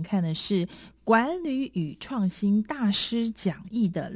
看的是管理与创新大师讲义的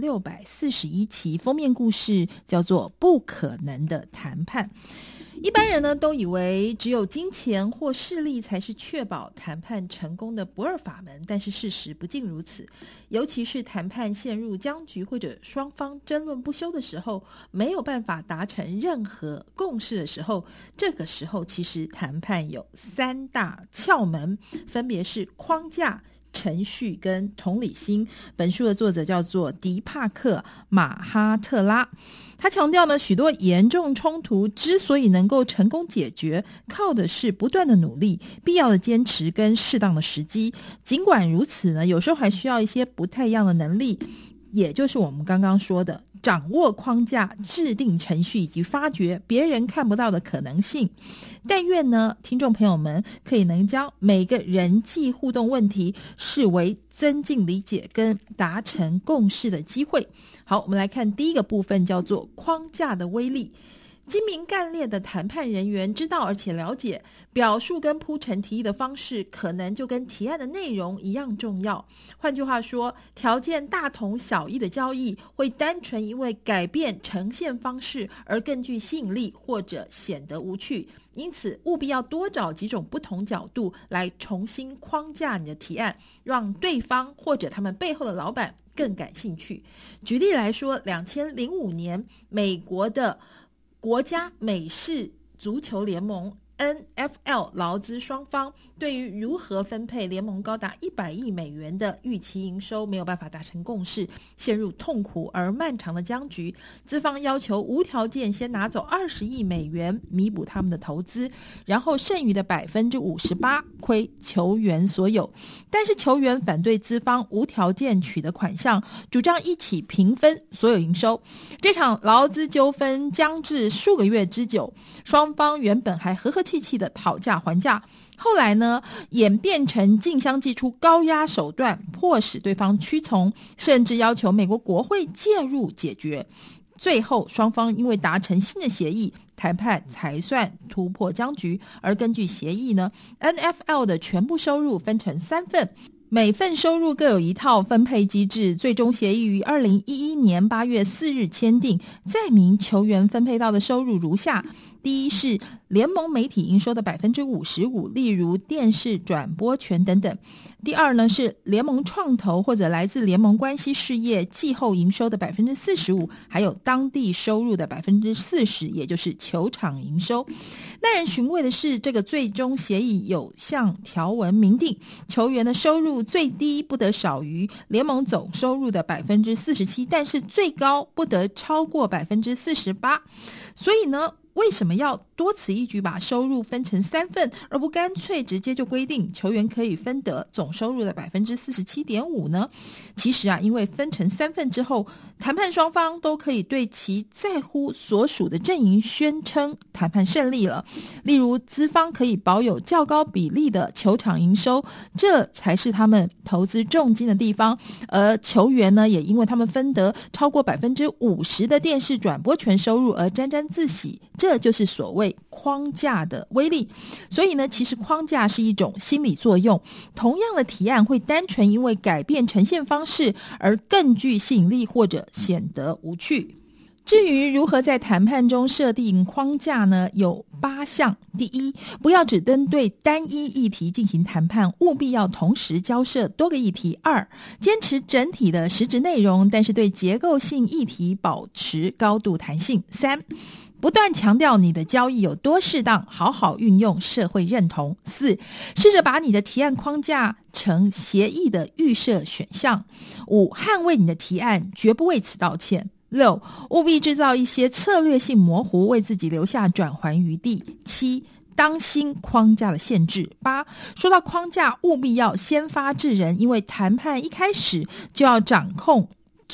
641期，封面故事叫做不可能的谈判。一般人呢都以为只有金钱或势力才是确保谈判成功的不二法门，但是事实不尽如此。尤其是谈判陷入僵局或者双方争论不休的时候，没有办法达成任何共识的时候，这个时候其实谈判有3大窍门，分别是框架、程序跟同理心。本书的作者叫做迪帕克·马哈特拉，他强调呢，许多严重冲突之所以能够成功解决，靠的是不断的努力、必要的坚持跟适当的时机。尽管如此呢，有时候还需要一些不太一样的能力，也就是我们刚刚说的掌握框架、制定程序以及发掘别人看不到的可能性。但愿呢，听众朋友们可以能将每个人际互动问题视为增进理解跟达成共识的机会。好，我们来看第一个部分，叫做框架的威力。精明干练的谈判人员知道而且了解，表述跟铺陈提议的方式可能就跟提案的内容一样重要。换句话说，条件大同小异的交易会单纯因为改变呈现方式而更具吸引力，或者显得无趣。因此务必要多找几种不同角度来重新框架你的提案，让对方或者他们背后的老板更感兴趣。举例来说，2005年美国的国家美式足球联盟 NFL 劳资双方对于如何分配联盟高达100亿美元的预期营收没有办法达成共识，陷入痛苦而漫长的僵局。资方要求无条件先拿走20亿美元弥补他们的投资，然后剩余的58%归球员所有。但是球员反对资方无条件取得款项，主张一起平分所有营收。这场劳资纠纷僵至数个月之久，双方原本还和和气气的讨价还价，后来呢演变成竞相祭出高压手段，迫使对方屈从，甚至要求美国国会介入解决。最后双方因为达成新的协议，谈判才算突破僵局。而根据协议呢， NFL 的全部收入分成3份，每份收入各有一套分配机制，最终协议于2011年8月4日签订。载明球员分配到的收入如下：第一是联盟媒体营收的55%，例如电视转播权等等。第二呢是联盟创投或者来自联盟关系事业季后营收的45%，还有当地收入的40%，也就是球场营收。耐人寻味的是，这个最终协议有项条文明定，球员的收入最低不得少于联盟总收入的47%，但是最高不得超过48%。所以呢，为什么要多此一举把收入分成3份，而不干脆直接就规定球员可以分得总收入的47.5%呢？其实因为分成3份之后，谈判双方都可以对其在乎所属的阵营宣称谈判胜利了。例如资方可以保有较高比例的球场营收，这才是他们投资重金的地方，而球员呢，也因为他们分得超过50%的电视转播权收入而沾沾自喜。这就是所谓框架的威力。所以呢，其实框架是一种心理作用，同样的提案会单纯因为改变呈现方式而更具吸引力，或者显得无趣。至于如何在谈判中设定框架呢，有8项。第一，不要只针对单一议题进行谈判，务必要同时交涉多个议题。2，坚持整体的实质内容，但是对结构性议题保持高度弹性。3，不断强调你的交易有多适当，好好运用社会认同。4，试着把你的提案框架成协议的预设选项。5，捍卫你的提案，绝不为此道歉。6，务必制造一些策略性模糊，为自己留下转圜余地。7，当心框架的限制。8，说到框架，务必要先发制人，因为谈判一开始就要掌控制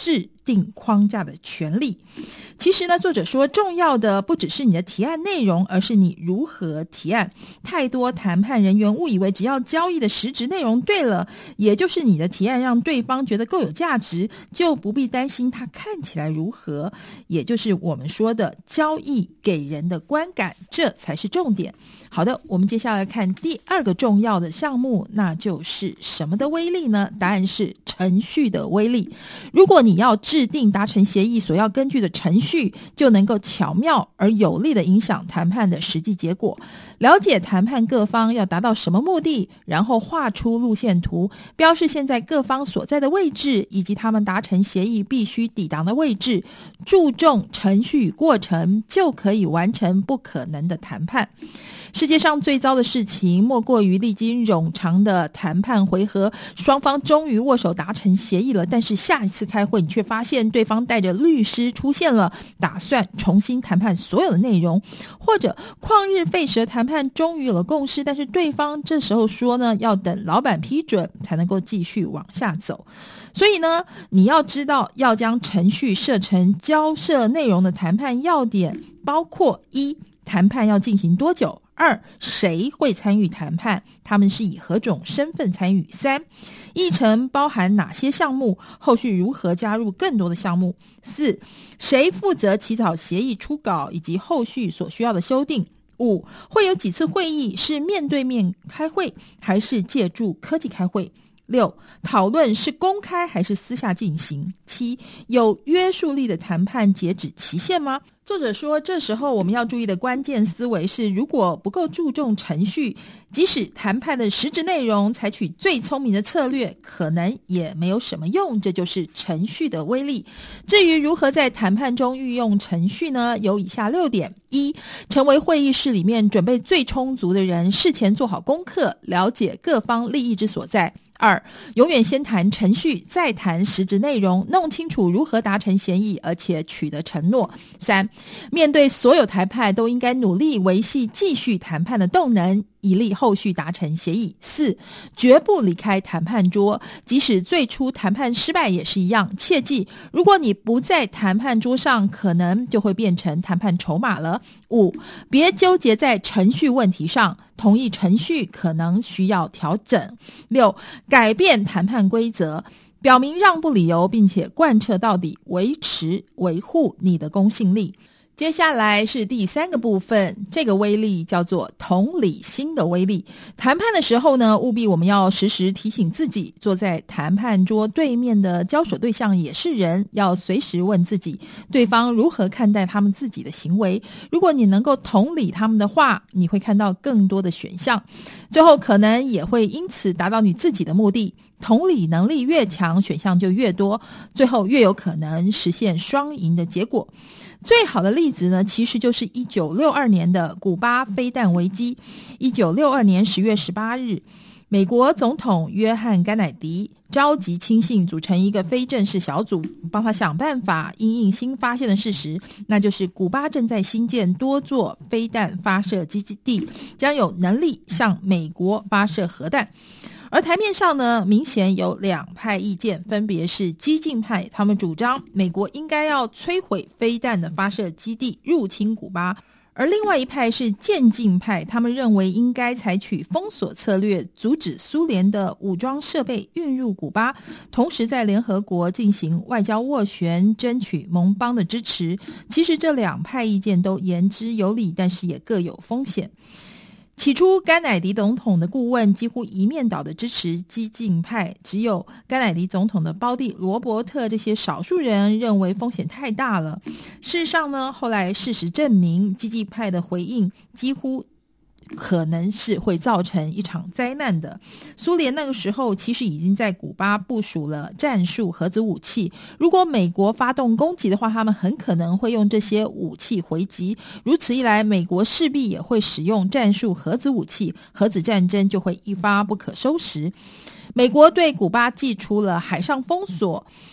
定框架的权利。其实呢，作者说重要的不只是你的提案内容，而是你如何提案。太多谈判人员误以为只要交易的实质内容对了，也就是你的提案让对方觉得够有价值，就不必担心它看起来如何，也就是我们说的交易给人的观感，这才是重点。好的，我们接下来看第二个重要的项目，那就是什么的威力呢？答案是程序的威力。如果你要制定达成协议所要根据的程序，就能够巧妙而有力地影响谈判的实际结果。了解谈判各方要达到什么目的，然后画出路线图，标示现在各方所在的位置，以及他们达成协议必须抵达的位置，注重程序与过程，就可以完成不可能的谈判。世界上最糟的事情莫过于历经冗长的谈判回合，双方终于握手达成协议了，但是下一次开会你却发现对方带着律师出现了，打算重新谈判所有的内容，或者旷日费时的谈判终于有了共识，但是对方这时候说呢，要等老板批准才能够继续往下走。所以呢，你要知道要将程序设成交涉内容的谈判要点，包括一、谈判要进行多久；二、谁会参与谈判，他们是以何种身份参与；三、议程包含哪些项目，后续如何加入更多的项目；四、谁负责起草协议初稿以及后续所需要的修订；五、会有几次会议，是面对面开会还是借助科技开会；六、讨论是公开还是私下进行；七、有约束力的谈判截止期限吗？作者说，这时候我们要注意的关键思维是，如果不够注重程序，即使谈判的实质内容采取最聪明的策略，可能也没有什么用。这就是程序的威力。至于如何在谈判中运用程序呢？有以下6点：一、成为会议室里面准备最充足的人，事前做好功课，了解各方利益之所在。二、永远先谈程序，再谈实质内容，弄清楚如何达成协议，而且取得承诺。三、面对所有谈判都应该努力维系继续谈判的动能，以利后续达成协议。四、绝不离开谈判桌，即使最初谈判失败也是一样。切记，如果你不在谈判桌上，可能就会变成谈判筹码了。五、别纠结在程序问题上，同意程序可能需要调整。六、改变谈判规则，表明让步理由，并且贯彻到底，维护你的公信力。接下来是第3个部分，这个威力叫做同理心的威力。谈判的时候呢，务必我们要时时提醒自己，坐在谈判桌对面的交手对象也是人，要随时问自己，对方如何看待他们自己的行为。如果你能够同理他们的话，你会看到更多的选项，最后可能也会因此达到你自己的目的。同理能力越强，选项就越多，最后越有可能实现双赢的结果。最好的例子呢，其实就是1962年的古巴飞弹危机。1962年10月18日，美国总统约翰甘乃迪召集亲信组成一个非正式小组，帮他想办法因应新发现的事实，那就是古巴正在新建多座飞弹发射基地，将有能力向美国发射核弹。而台面上呢，明显有2派意见，分别是激进派，他们主张美国应该要摧毁飞弹的发射基地，入侵古巴；而另外一派是渐进派，他们认为应该采取封锁策略，阻止苏联的武装设备运入古巴，同时在联合国进行外交斡旋，争取盟邦的支持。其实这2派意见都言之有理，但是也各有风险。起初甘乃迪总统的顾问几乎一面倒的支持激进派，只有甘乃迪总统的胞弟罗伯特这些少数人认为风险太大了。事实上呢，后来事实证明，激进派的回应几乎可能是会造成一场灾难的。苏联那个时候其实已经在古巴部署了战术核子武器，如果美国发动攻击的话，他们很可能会用这些武器回击，如此一来，美国势必也会使用战术核子武器，核子战争就会一发不可收拾。美国对古巴祭出了海上封锁，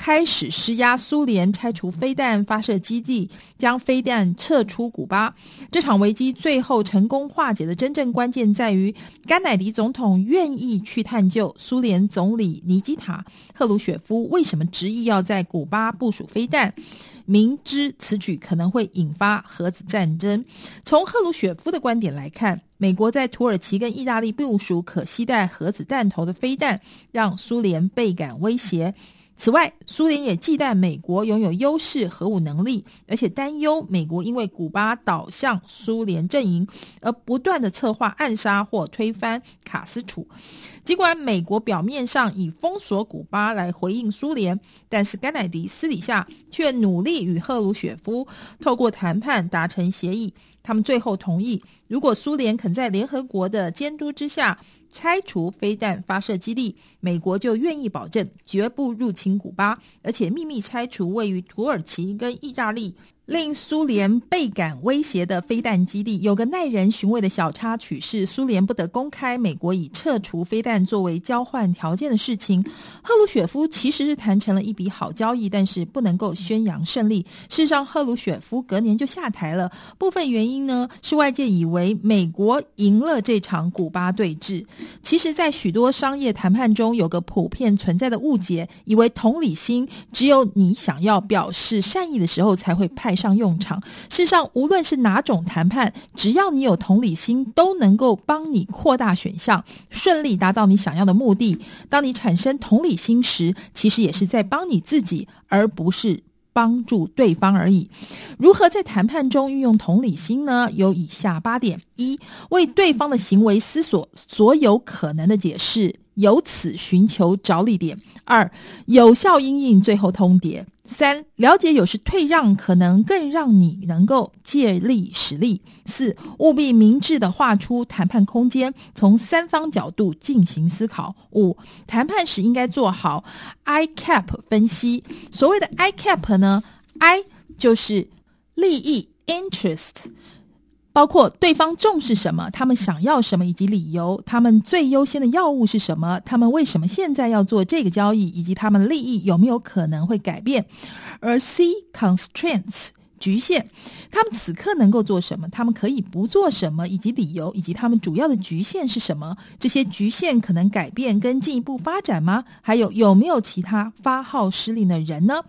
开始施压苏联拆除飞弹发射基地，将飞弹撤出古巴。这场危机最后成功化解的真正关键在于甘乃迪总统愿意去探究苏联总理尼基塔·赫鲁雪夫为什么执意要在古巴部署飞弹，明知此举可能会引发核子战争。从赫鲁雪夫的观点来看，美国在土耳其跟意大利部署可携带核子弹头的飞弹，让苏联倍感威胁。此外，苏联也忌惮美国拥有优势核武能力，而且担忧美国因为古巴倒向苏联阵营而不断的策划暗杀或推翻卡斯楚。尽管美国表面上以封锁古巴来回应苏联，但是甘乃迪私底下却努力与赫鲁雪夫透过谈判达成协议。他们最后同意，如果苏联肯在联合国的监督之下拆除飞弹发射基地，美国就愿意保证绝不入侵古巴，而且秘密拆除位于土耳其跟意大利令苏联倍感威胁的飞弹基地。有个耐人寻味的小插曲是，苏联不得公开美国以撤除飞弹作为交换条件的事情。赫鲁雪夫其实是谈成了一笔好交易，但是不能够宣扬胜利。事实上，赫鲁雪夫隔年就下台了，部分原因呢是外界以为美国赢了这场古巴对峙。其实在许多商业谈判中有个普遍存在的误解，以为同理心只有你想要表示善意的时候才会派上用场。事实上，无论是哪种谈判，只要你有同理心，都能够帮你扩大选项，顺利达到你想要的目的。当你产生同理心时，其实也是在帮你自己，而不是帮助对方而已。如何在谈判中运用同理心呢？有以下8点： 1. 为对方的行为思索所有可能的解释，由此寻求着力点。 2. 有效因应最后通牒。 3. 了解有时退让可能更让你能够借力使力。 4. 务必明智地画出谈判空间，从3方角度进行思考。 5. 谈判时应该做好 ICAP 分析。所谓的 ICAP 呢， I 就是利益 interest，包括对方重视什么，他们想要什么以及理由，他们最优先的要务是什么，他们为什么现在要做这个交易，以及他们的利益有没有可能会改变。而 C constraints 局限，他们此刻能够做什么，他们可以不做什么，以及理由，以及他们主要的局限是什么。这些局限可能改变跟进一步发展吗？还有没有其他发号施令的人呢？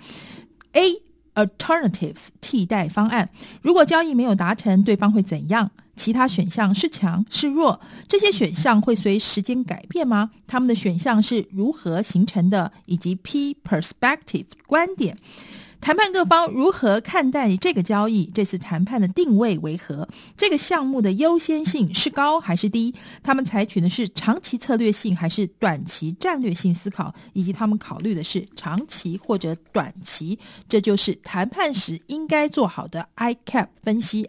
A alternatives 替代方案，如果交易没有达成，对方会怎样？其他选项是强是弱？这些选项会随时间改变吗？他们的选项是如何形成的？以及 P perspective 观点，谈判各方如何看待这个交易？这次谈判的定位为何？这个项目的优先性是高还是低？他们采取的是长期策略性还是短期战略性思考？以及他们考虑的是长期或者短期？这就是谈判时应该做好的 ICAP 分析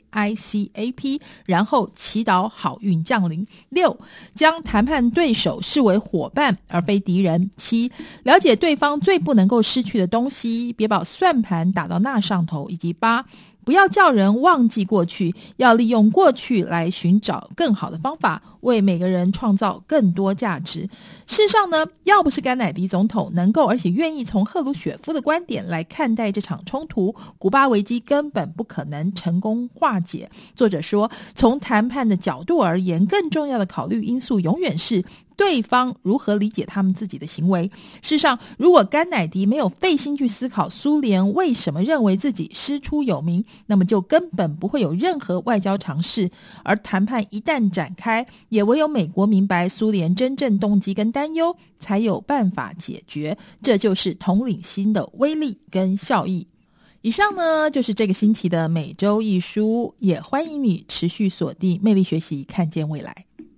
ICAP， 然后祈祷好运降临。6. 将谈判对手视为伙伴而非敌人。7. 了解对方最不能够失去的东西，别把算盘打到那上头。以及8. 不要叫人忘记过去，要利用过去来寻找更好的方法，为每个人创造更多价值。事实上呢，要不是甘乃迪总统能够而且愿意从赫鲁雪夫的观点来看待这场冲突，古巴危机根本不可能成功化解。作者说，从谈判的角度而言，更重要的考虑因素永远是对方如何理解他们自己的行为。事实上，如果甘乃迪没有费心去思考苏联为什么认为自己师出有名，那么就根本不会有任何外交尝试。而谈判一旦展开，也唯有美国明白苏联真正动机跟担忧，才有办法解决。这就是同理心的威力跟效益。以上呢，就是这个星期的每周一书，也欢迎你持续锁定魅力学习，看见未来。